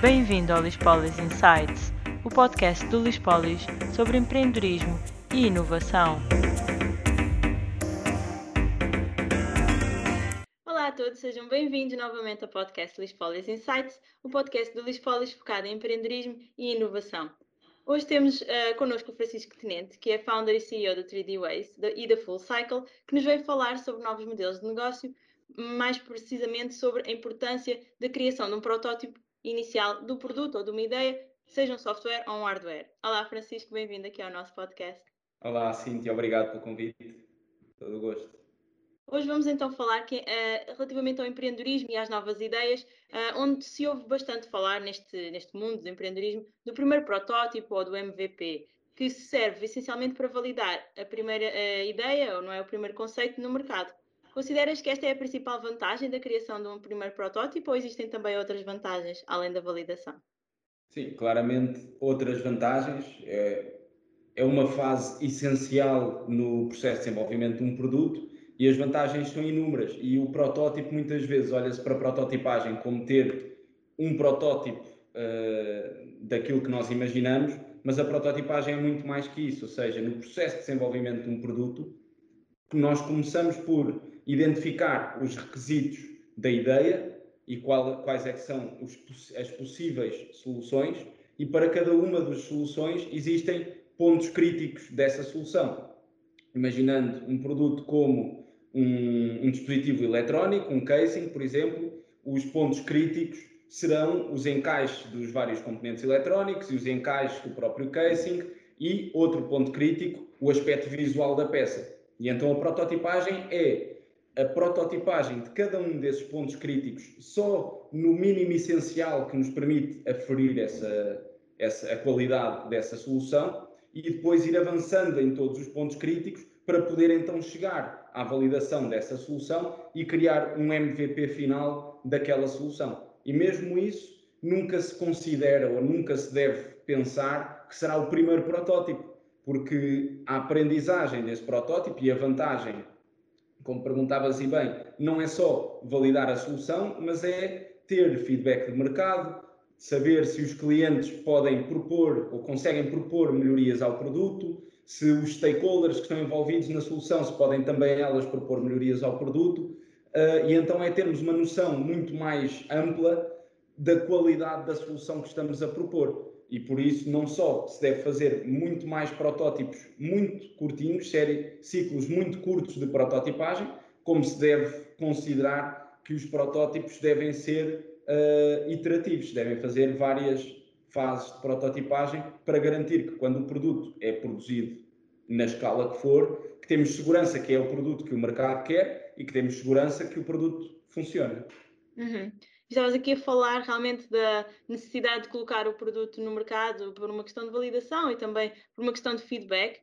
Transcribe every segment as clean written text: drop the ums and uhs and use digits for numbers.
Bem-vindo ao Lispolis Insights, o podcast do Lispolis sobre empreendedorismo e inovação. Olá a todos, sejam bem-vindos novamente ao podcast Lispolis Insights, o podcast do Lispolis focado em empreendedorismo e inovação. Hoje temos connosco o Francisco Tenente, que é founder e CEO da 3D Ways e da Full Cycle, que nos veio falar sobre novos modelos de negócio, mais precisamente sobre a importância da criação de um protótipo inicial do produto ou de uma ideia, seja um software ou um hardware. Olá Francisco, bem-vindo aqui ao nosso podcast. Olá, Cíntia, obrigado pelo convite. Todo o gosto. Hoje vamos então falar relativamente ao empreendedorismo e às novas ideias, onde se ouve bastante falar neste mundo do empreendedorismo do primeiro protótipo ou do MVP, que serve essencialmente para validar a primeira ideia, ou não é o primeiro conceito, no mercado. Consideras que esta é a principal vantagem da criação de um primeiro protótipo ou existem também outras vantagens além da validação? Sim, claramente outras vantagens. É uma fase essencial no processo de desenvolvimento de um produto e as vantagens são inúmeras. E o protótipo, muitas vezes, olha-se para a prototipagem como ter um protótipo daquilo que nós imaginamos, mas a prototipagem é muito mais que isso. Ou seja, no processo de desenvolvimento de um produto, nós começamos por identificar os requisitos da ideia e quais é que são as possíveis soluções, e para cada uma das soluções existem pontos críticos dessa solução. Imaginando um produto como um dispositivo eletrónico, um casing, por exemplo, os pontos críticos serão os encaixes dos vários componentes eletrónicos e os encaixes do próprio casing, e outro ponto crítico, o aspecto visual da peça. E então a prototipagem é a prototipagem de cada um desses pontos críticos só no mínimo essencial que nos permite aferir a qualidade dessa solução, e depois ir avançando em todos os pontos críticos para poder então chegar à validação dessa solução e criar um MVP final daquela solução. E mesmo isso nunca se considera ou nunca se deve pensar que será o primeiro protótipo, porque a aprendizagem desse protótipo e a vantagem, como perguntavas e bem, não é só validar a solução, mas é ter feedback de mercado, saber se os clientes podem propor ou conseguem propor melhorias ao produto, se os stakeholders que estão envolvidos na solução se podem também elas propor melhorias ao produto, e então é termos uma noção muito mais ampla da qualidade da solução que estamos a propor. E por isso não só se deve fazer muito mais protótipos muito curtinhos, ciclos muito curtos de prototipagem, como se deve considerar que os protótipos devem ser iterativos, devem fazer várias fases de prototipagem para garantir que quando o produto é produzido na escala que for, que temos segurança que é o produto que o mercado quer e que temos segurança que o produto funciona. Uhum. Estavas aqui a falar realmente da necessidade de colocar o produto no mercado por uma questão de validação e também por uma questão de feedback.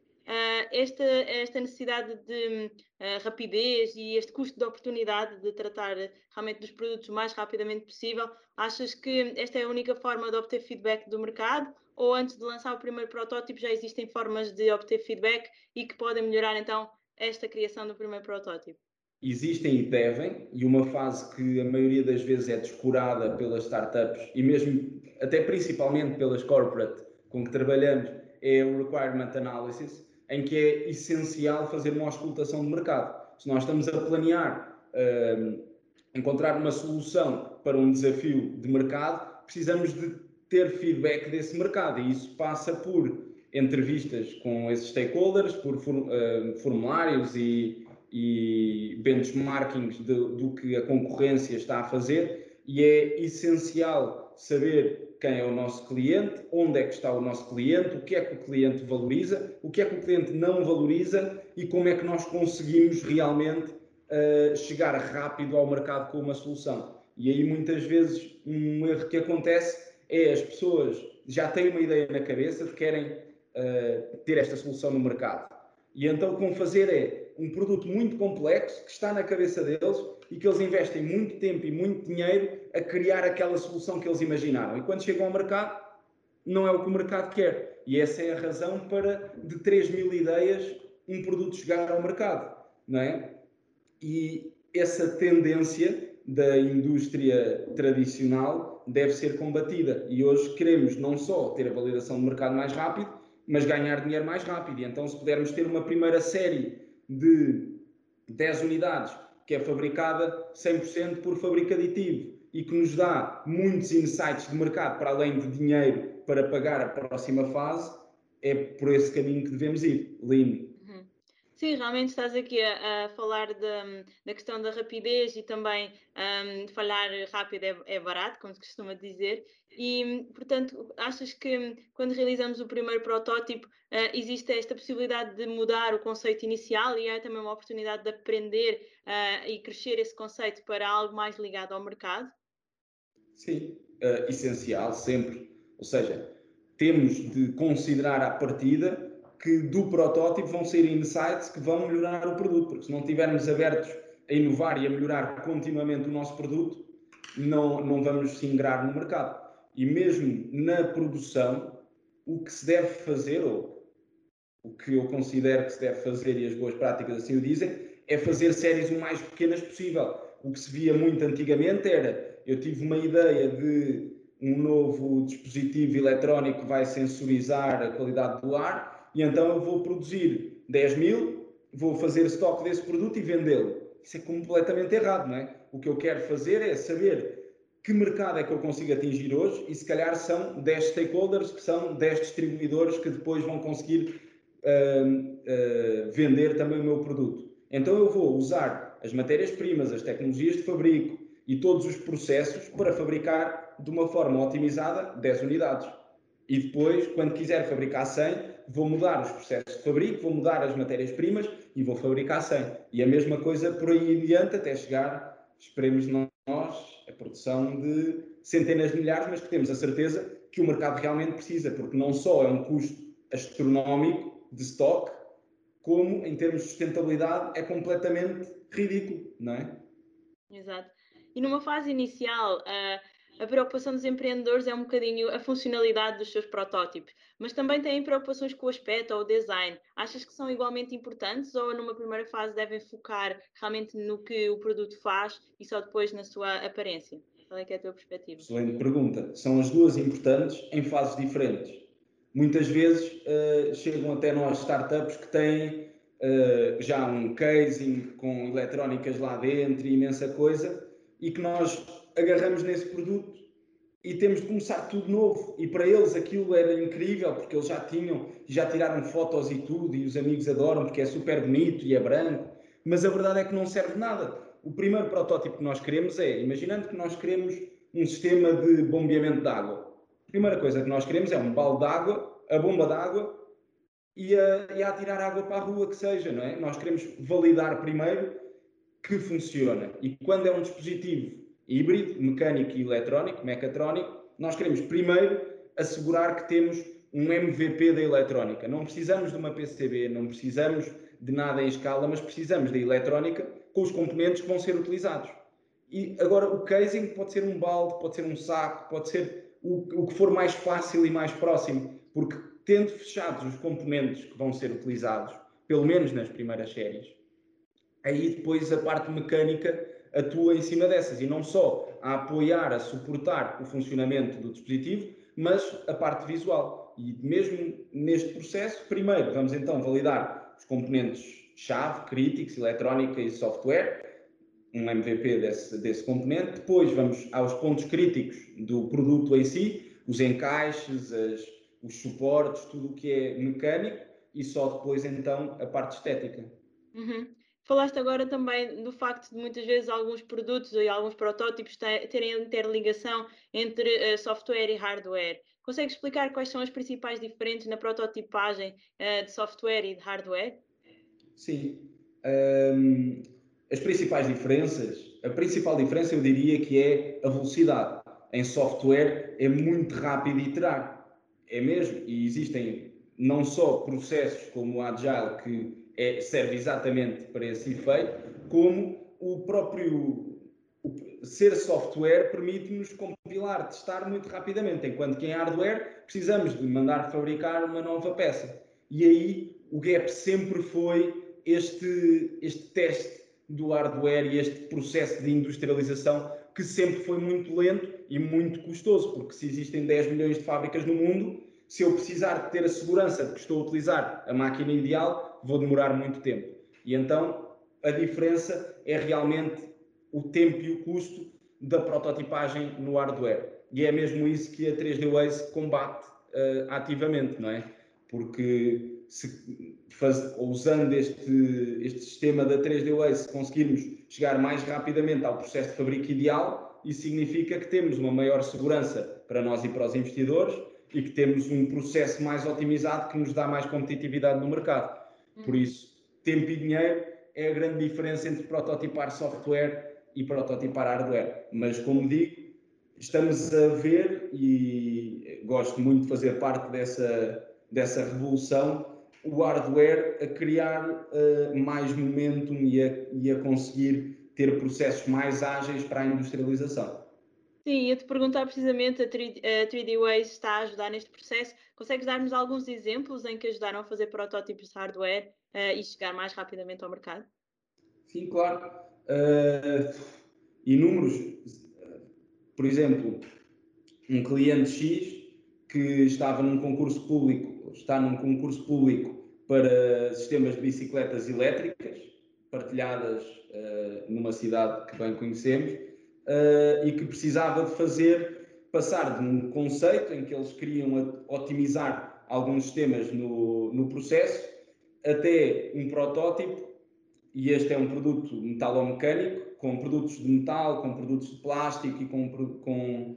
Esta necessidade de rapidez e este custo de oportunidade de tratar realmente dos produtos o mais rapidamente possível, achas que esta é a única forma de obter feedback do mercado? Ou antes de lançar o primeiro protótipo já existem formas de obter feedback e que podem melhorar então esta criação do primeiro protótipo? Existem e devem, e uma fase que a maioria das vezes é descurada pelas startups e mesmo, até principalmente pelas corporate com que trabalhamos, é o Requirement Analysis, em que é essencial fazer uma auscultação de mercado. Se nós estamos a planear encontrar uma solução para um desafio de mercado, precisamos de ter feedback desse mercado, e isso passa por entrevistas com esses stakeholders, por formulários e benchmarkings do que a concorrência está a fazer, e é essencial saber quem é o nosso cliente, onde é que está o nosso cliente, o que é que o cliente valoriza, o que é que o cliente não valoriza e como é que nós conseguimos realmente chegar rápido ao mercado com uma solução. E aí muitas vezes um erro que acontece é as pessoas já têm uma ideia na cabeça de que querem ter esta solução no mercado. E então o que vão fazer é um produto muito complexo que está na cabeça deles e que eles investem muito tempo e muito dinheiro a criar aquela solução que eles imaginaram. E quando chegam ao mercado, não é o que o mercado quer. E essa é a razão para, de 3.000 ideias, um produto chegar ao mercado, não é? E essa tendência da indústria tradicional deve ser combatida. E hoje queremos não só ter a validação de mercado mais rápido, mas ganhar dinheiro mais rápido. E então, se pudermos ter uma primeira série de 10 unidades que é fabricada 100% por fábrica aditivo e que nos dá muitos insights de mercado para além de dinheiro para pagar a próxima fase, é por esse caminho que devemos ir. Lean. Sim, realmente estás aqui a falar da questão da rapidez e também falhar rápido é barato, como se costuma dizer. E, portanto, achas que quando realizamos o primeiro protótipo existe esta possibilidade de mudar o conceito inicial e é também uma oportunidade de aprender e crescer esse conceito para algo mais ligado ao mercado? Sim, essencial, sempre. Ou seja, temos de considerar à partida que do protótipo vão sair insights que vão melhorar o produto, porque se não estivermos abertos a inovar e a melhorar continuamente o nosso produto, não vamos se ingrar no mercado. E mesmo na produção, o que se deve fazer, ou o que eu considero que se deve fazer, e as boas práticas assim o dizem, é fazer séries o mais pequenas possível. O que se via muito antigamente era, eu tive uma ideia de um novo dispositivo eletrónico que vai sensorizar a qualidade do ar, e então eu vou produzir 10 mil, vou fazer estoque desse produto e vendê-lo. Isso é completamente errado, não é? O que eu quero fazer é saber que mercado é que eu consigo atingir hoje e se calhar são 10 stakeholders, que são 10 distribuidores que depois vão conseguir vender também o meu produto. Então eu vou usar as matérias-primas, as tecnologias de fabrico e todos os processos para fabricar de uma forma otimizada 10 unidades. E depois, quando quiser fabricar 100, vou mudar os processos de fabrico, vou mudar as matérias-primas e vou fabricar 100. E a mesma coisa por aí adiante até chegar, esperemos nós, a produção de centenas de milhares, mas que temos a certeza que o mercado realmente precisa, porque não só é um custo astronómico de stock, como em termos de sustentabilidade é completamente ridículo, não é? Exato. E numa fase inicial, a preocupação dos empreendedores é um bocadinho a funcionalidade dos seus protótipos, mas também têm preocupações com o aspecto ou o design. Achas que são igualmente importantes ou numa primeira fase devem focar realmente no que o produto faz e só depois na sua aparência? Qual é que é a tua perspectiva? Excelente pergunta. São as duas importantes em fases diferentes. Muitas vezes chegam até nós startups que têm já um casing com eletrónicas lá dentro e imensa coisa e que nós agarramos nesse produto e temos de começar tudo novo. E para eles aquilo era incrível porque eles já tinham, já tiraram fotos e tudo e os amigos adoram porque é super bonito e é branco, mas a verdade é que não serve de nada. O primeiro protótipo que nós queremos é, imaginando que nós queremos um sistema de bombeamento de água. A primeira coisa que nós queremos é um balde de água, a bomba de água e a tirar água para a rua que seja, não é? Nós queremos validar primeiro que funciona. E quando é um dispositivo híbrido, mecânico e eletrónico, mecatrónico, nós queremos primeiro assegurar que temos um MVP da eletrónica. Não precisamos de uma PCB, não precisamos de nada em escala, mas precisamos da eletrónica com os componentes que vão ser utilizados. E agora o casing pode ser um balde, pode ser um saco, pode ser o que for mais fácil e mais próximo, porque tendo fechados os componentes que vão ser utilizados, pelo menos nas primeiras séries, aí depois a parte mecânica atua em cima dessas e não só a apoiar, a suportar o funcionamento do dispositivo, mas a parte visual. E mesmo neste processo, primeiro vamos então validar os componentes-chave, críticos, eletrónica e software, um MVP desse componente, depois vamos aos pontos críticos do produto em si, os encaixes, os suportes, tudo o que é mecânico e só depois então a parte estética. Uhum. Falaste agora também do facto de muitas vezes alguns produtos e alguns protótipos terem interligação entre software e hardware. Consegues explicar quais são as principais diferenças na prototipagem de software e de hardware? Sim. As principais diferenças, a principal diferença eu diria que é a velocidade. Em software é muito rápido iterar. É mesmo. E existem não só processos como o Agile, que serve exatamente para esse efeito, como o próprio ser software permite-nos compilar, testar muito rapidamente, enquanto que em hardware precisamos de mandar fabricar uma nova peça. E aí o gap sempre foi este teste do hardware e este processo de industrialização que sempre foi muito lento e muito custoso, porque se existem 10 milhões de fábricas no mundo, se eu precisar de ter a segurança de que estou a utilizar a máquina ideal, vou demorar muito tempo. E então a diferença é realmente o tempo e o custo da prototipagem no hardware. E é mesmo isso que a 3D Ways combate ativamente, não é? Porque usando este sistema da 3D Ways, se conseguirmos chegar mais rapidamente ao processo de fabrico ideal, isso significa que temos uma maior segurança para nós e para os investidores e que temos um processo mais otimizado que nos dá mais competitividade no mercado. Por isso, tempo e dinheiro é a grande diferença entre prototipar software e prototipar hardware. Mas, como digo, estamos a ver, e gosto muito de fazer parte dessa revolução, o hardware a criar mais momentum e a conseguir ter processos mais ágeis para a industrialização. Sim, ia-te perguntar precisamente, a 3D Ways está a ajudar neste processo. Consegues dar-nos alguns exemplos em que ajudaram a fazer protótipos de hardware e chegar mais rapidamente ao mercado? Sim, claro. Inúmeros. Por exemplo, um cliente X que estava num concurso público, está num concurso público para sistemas de bicicletas elétricas, partilhadas numa cidade que bem conhecemos, e que precisava de passar de um conceito em que eles queriam otimizar alguns sistemas no processo, até um protótipo, e este é um produto metalomecânico, com produtos de metal, com produtos de plástico e com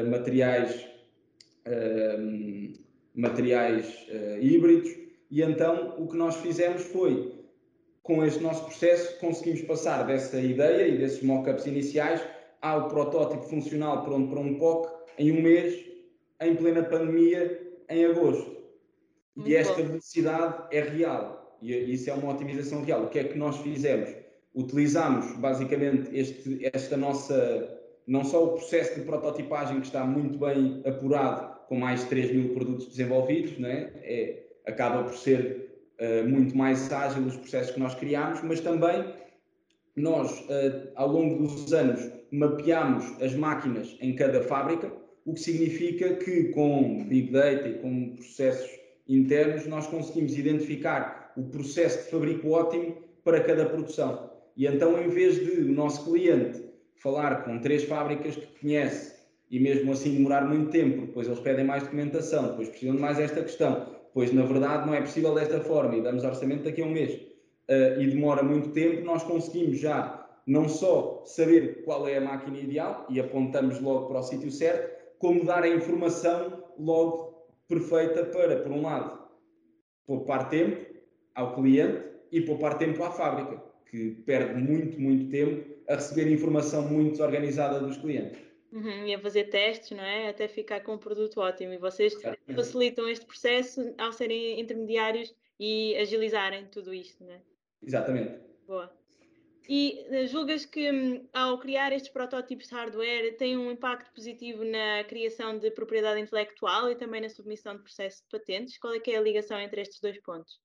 materiais híbridos. E então o que nós fizemos foi, com este nosso processo, conseguimos passar dessa ideia e desses mock-ups iniciais ao protótipo funcional pronto para um POC em um mês, em plena pandemia, em agosto. E esta velocidade é real, e isso é uma otimização real. O que é que nós fizemos? Utilizámos basicamente esta nossa, não só o processo de prototipagem que está muito bem apurado, com mais de 3 mil produtos desenvolvidos, né? Acaba por ser muito mais ágil os processos que nós criámos, mas também nós, ao longo dos anos, mapeámos as máquinas em cada fábrica, o que significa que com Big Data e com processos internos, nós conseguimos identificar o processo de fabrico ótimo para cada produção. E então, em vez de o nosso cliente falar com 3 fábricas que conhece e mesmo assim demorar muito tempo, depois eles pedem mais documentação, depois precisam de mais esta questão, depois na verdade não é possível desta forma e damos orçamento daqui a um mês, e demora muito tempo, nós conseguimos já não só saber qual é a máquina ideal e apontamos logo para o sítio certo, como dar a informação logo perfeita para, por um lado, poupar tempo ao cliente e poupar tempo à fábrica, que perde muito, muito tempo a receber informação muito desorganizada dos clientes. E a fazer testes, não é? Até ficar com um produto ótimo. E vocês facilitam este processo ao serem intermediários e agilizarem tudo isto, não é? Exatamente. Boa. E julgas que ao criar estes protótipos de hardware tem um impacto positivo na criação de propriedade intelectual e também na submissão de processo de patentes? Qual é que é a ligação entre estes dois pontos?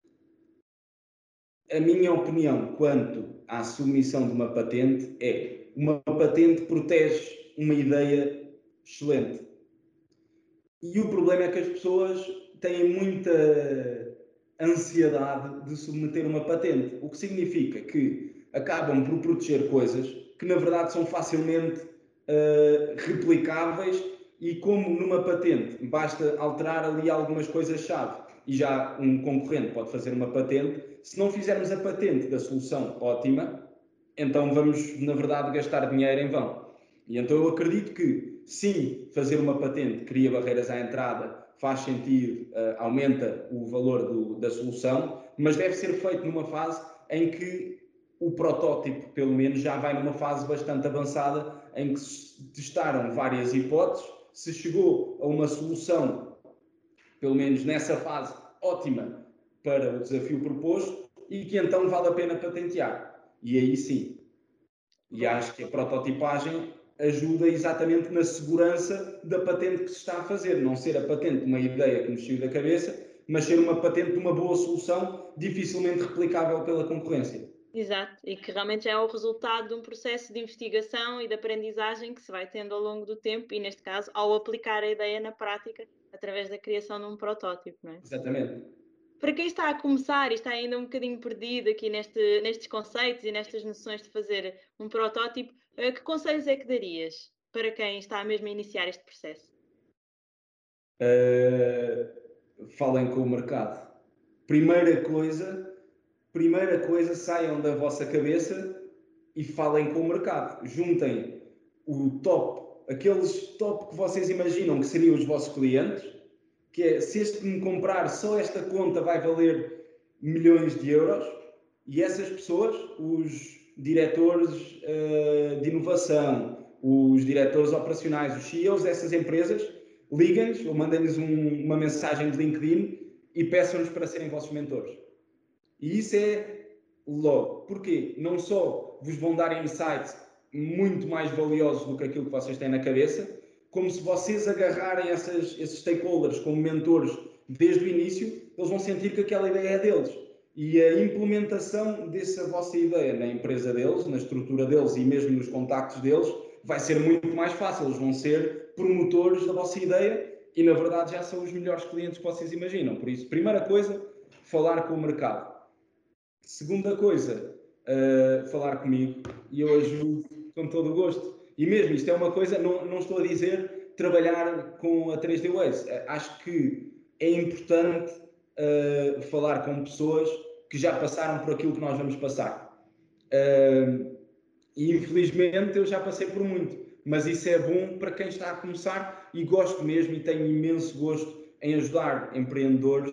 A minha opinião quanto à submissão de uma patente é: uma patente protege uma ideia excelente. E o problema é que as pessoas têm muita ansiedade de submeter uma patente, o que significa que acabam por proteger coisas que na verdade são facilmente replicáveis, e como numa patente basta alterar ali algumas coisas-chave e já um concorrente pode fazer uma patente, se não fizermos a patente da solução ótima, então vamos na verdade gastar dinheiro em vão. E então eu acredito que sim, fazer uma patente cria barreiras à entrada, faz sentido, aumenta o valor da solução, mas deve ser feito numa fase em que o protótipo, pelo menos, já vai numa fase bastante avançada, em que se testaram várias hipóteses, se chegou a uma solução, pelo menos nessa fase, ótima para o desafio proposto e que então vale a pena patentear. E aí sim. E acho que a prototipagem ajuda exatamente na segurança da patente que se está a fazer. Não ser a patente de uma ideia que nos saiu da cabeça, mas ser uma patente de uma boa solução, dificilmente replicável pela concorrência. Exato, e que realmente é o resultado de um processo de investigação e de aprendizagem que se vai tendo ao longo do tempo e, neste caso, ao aplicar a ideia na prática através da criação de um protótipo, não é? Exatamente. Para quem está a começar e está ainda um bocadinho perdido aqui nestes conceitos e nestas noções de fazer um protótipo, que conselhos é que darias para quem está mesmo a iniciar este processo? Falem com o mercado. Primeira coisa, primeira coisa, saiam da vossa cabeça e falem com o mercado. Juntem o top, aqueles top que vocês imaginam que seriam os vossos clientes, que é, se este me comprar só esta conta vai valer milhões de euros, e essas pessoas, os diretores de inovação, os diretores operacionais, os CEOs dessas empresas, liguem-lhes ou mandem-lhes uma mensagem de LinkedIn e peçam-lhes para serem vossos mentores. E isso é logo. Porquê? Não só vos vão dar insights muito mais valiosos do que aquilo que vocês têm na cabeça, como se vocês agarrarem esses stakeholders como mentores desde o início, eles vão sentir que aquela ideia é deles. E a implementação dessa vossa ideia na empresa deles, na estrutura deles e mesmo nos contactos deles, vai ser muito mais fácil. Eles vão ser promotores da vossa ideia e, na verdade, já são os melhores clientes que vocês imaginam. Por isso, primeira coisa, falar com o mercado. Segunda coisa, falar comigo e eu ajudo com todo o gosto. E mesmo, isto é uma coisa, não estou a dizer trabalhar com a 3D Waves. Acho que é importante falar com pessoas que já passaram por aquilo que nós vamos passar. E infelizmente eu já passei por muito, mas isso é bom para quem está a começar e gosto mesmo e tenho imenso gosto em ajudar empreendedores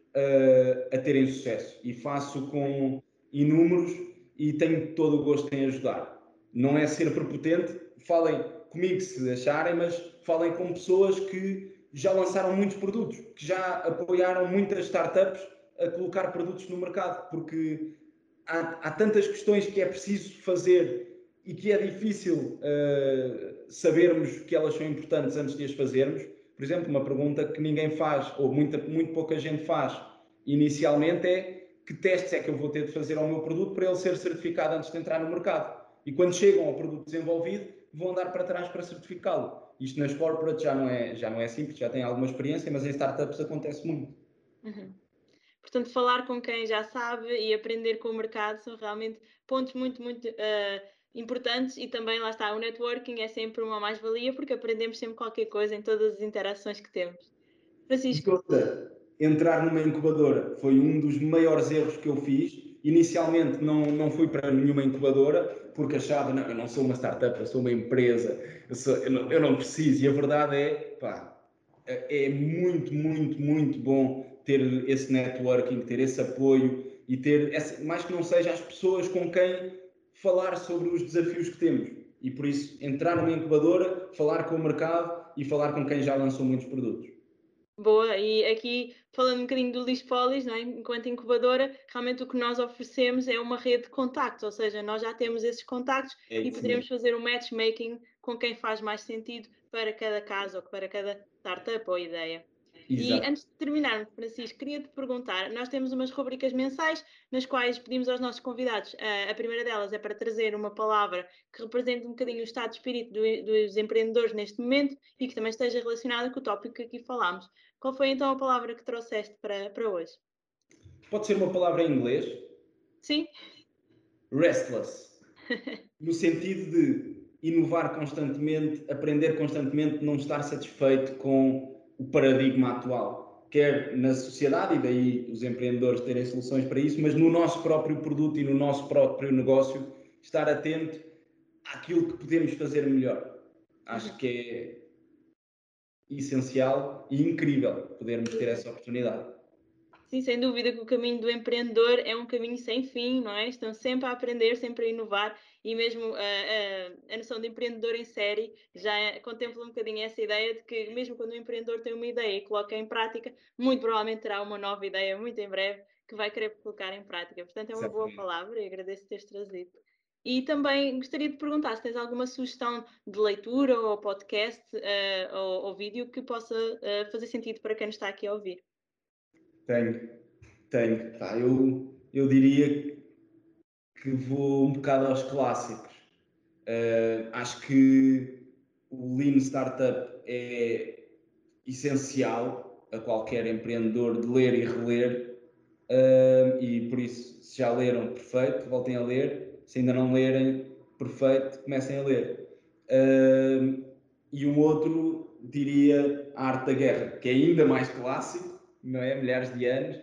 a terem sucesso e faço com inúmeros e tenho todo o gosto em ajudar. Não é ser prepotente, falem comigo se acharem, mas falem com pessoas que já lançaram muitos produtos, que já apoiaram muitas startups a colocar produtos no mercado, porque há tantas questões que é preciso fazer e que é difícil sabermos que elas são importantes antes de as fazermos. Por exemplo, uma pergunta que ninguém faz, ou muito pouca gente faz inicialmente, é que testes é que eu vou ter de fazer ao meu produto para ele ser certificado antes de entrar no mercado. E quando chegam ao produto desenvolvido, vão andar para trás para certificá-lo. Isto nas corporates já não é simples, já tem alguma experiência, mas em startups acontece muito. Uhum. Portanto, falar com quem já sabe e aprender com o mercado são realmente pontos muito importantes e também, lá está, o networking é sempre uma mais-valia porque aprendemos sempre qualquer coisa em todas as interações que temos. E Francisco, outra, entrar numa incubadora foi um dos maiores erros que eu fiz. Inicialmente não fui para nenhuma incubadora porque achava, não, eu não sou uma startup, eu sou uma empresa, eu não preciso. E a verdade é, pá, é muito bom ter esse networking, ter esse apoio e ter, mais que não seja, as pessoas com quem falar sobre os desafios que temos. E por isso, entrar numa incubadora, falar com o mercado e falar com quem já lançou muitos produtos. boa, e aqui falando um bocadinho do Lispolis, não é? Enquanto incubadora, realmente o que nós oferecemos é uma rede de contactos, ou seja, nós já temos esses contactos É e isso poderemos mesmo. fazer um matchmaking com quem faz mais sentido para cada caso ou para cada startup ou ideia. E Exato. antes de terminarmos, Francisco, queria-te perguntar: nós temos umas rubricas mensais nas quais pedimos aos nossos convidados, a primeira delas é para trazer uma palavra que represente um bocadinho o estado de espírito dos empreendedores neste momento e que também esteja relacionada com o tópico que aqui falámos. Qual foi então a palavra que trouxeste para hoje? Pode ser uma palavra em inglês, Sim? restless, no sentido de inovar constantemente, aprender constantemente, não estar satisfeito com o paradigma atual, quer na sociedade, e daí os empreendedores terem soluções para isso, mas no nosso próprio produto e no nosso próprio negócio, estar atento àquilo que podemos fazer melhor. Acho Uhum. que é essencial e incrível podermos ter essa oportunidade. Sim, sem dúvida que o caminho do empreendedor é um caminho sem fim, não é? Estão sempre a aprender, sempre a inovar e mesmo a noção de empreendedor em série já contempla um bocadinho essa ideia de que mesmo quando o empreendedor tem uma ideia e coloca em prática, muito provavelmente terá uma nova ideia muito em breve que vai querer colocar em prática. Portanto, é uma boa Exatamente. palavra e agradeço teres trazido. E também gostaria de perguntar se tens alguma sugestão de leitura ou podcast ou vídeo que possa fazer sentido para quem nos está aqui a ouvir. Tenho, tenho. Pá, eu diria que vou um bocado aos clássicos. Acho que o Lean Startup é essencial a qualquer empreendedor de ler e reler, e por isso, se já leram, perfeito, voltem a ler. Se ainda não lerem, perfeito, comecem a ler. E um outro, diria, A Arte da Guerra, que é ainda mais clássico, não é? Milhares de anos,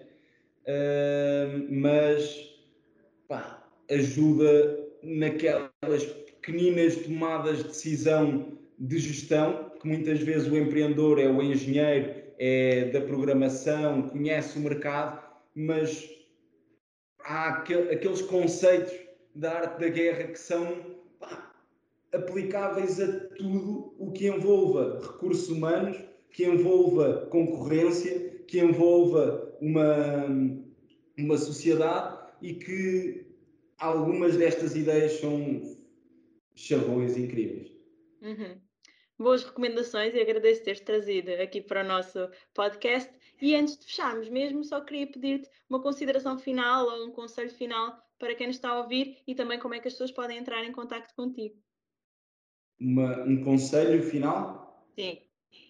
mas pá, ajuda naquelas pequeninas tomadas de decisão de gestão, que muitas vezes o empreendedor é o engenheiro, é da programação, conhece o mercado, mas há aqueles conceitos da arte da guerra que são, pá, aplicáveis a tudo o que envolva recursos humanos, que envolva concorrência, que envolva uma sociedade, e que algumas destas ideias são chavões incríveis. Uhum. Boas recomendações e agradeço teres trazido aqui para o nosso podcast. E antes de fecharmos mesmo, só queria pedir-te uma consideração final ou um conselho final para quem nos está a ouvir e também como é que as pessoas podem entrar em contacto contigo. Um conselho final: Sim.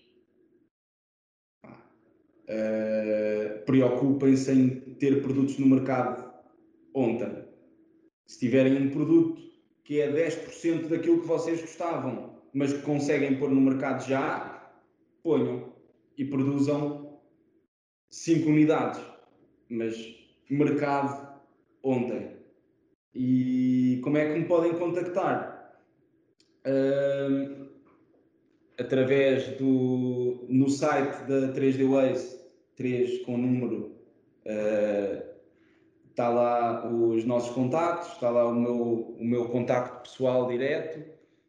preocupem-se em ter produtos no mercado ontem. Se tiverem um produto que é 10% daquilo que vocês gostavam, mas que conseguem pôr no mercado já, ponham e produzam 5 unidades, mas mercado ontem. E como é que me podem contactar? Através no site da 3D Ways, 3 com número, está lá os nossos contactos, está lá o meu contacto pessoal direto.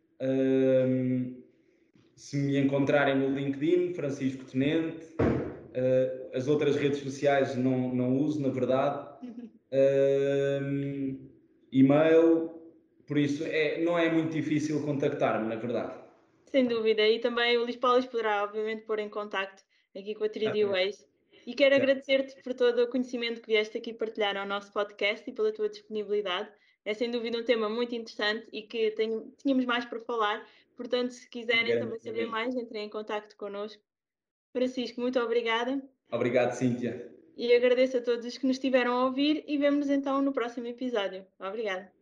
Se me encontrarem no LinkedIn, Francisco Tenente. As outras redes sociais não uso, na verdade. E-mail, por isso não é muito difícil contactar-me, na verdade. Sem dúvida. E também o Luís Paulo poderá, obviamente, pôr em contacto aqui com a 3D Exatamente. Ways. E quero Certo. agradecer-te por todo o conhecimento que vieste aqui partilhar ao nosso podcast e pela tua disponibilidade. É sem dúvida um tema muito interessante e que tínhamos mais para falar. Portanto, se quiserem também saber Garantidamente. mais, entrem em contacto connosco. Francisco, muito obrigada Obrigado, Cíntia. e agradeço a todos os que nos estiveram a ouvir e vemo-nos então no próximo episódio. Obrigada.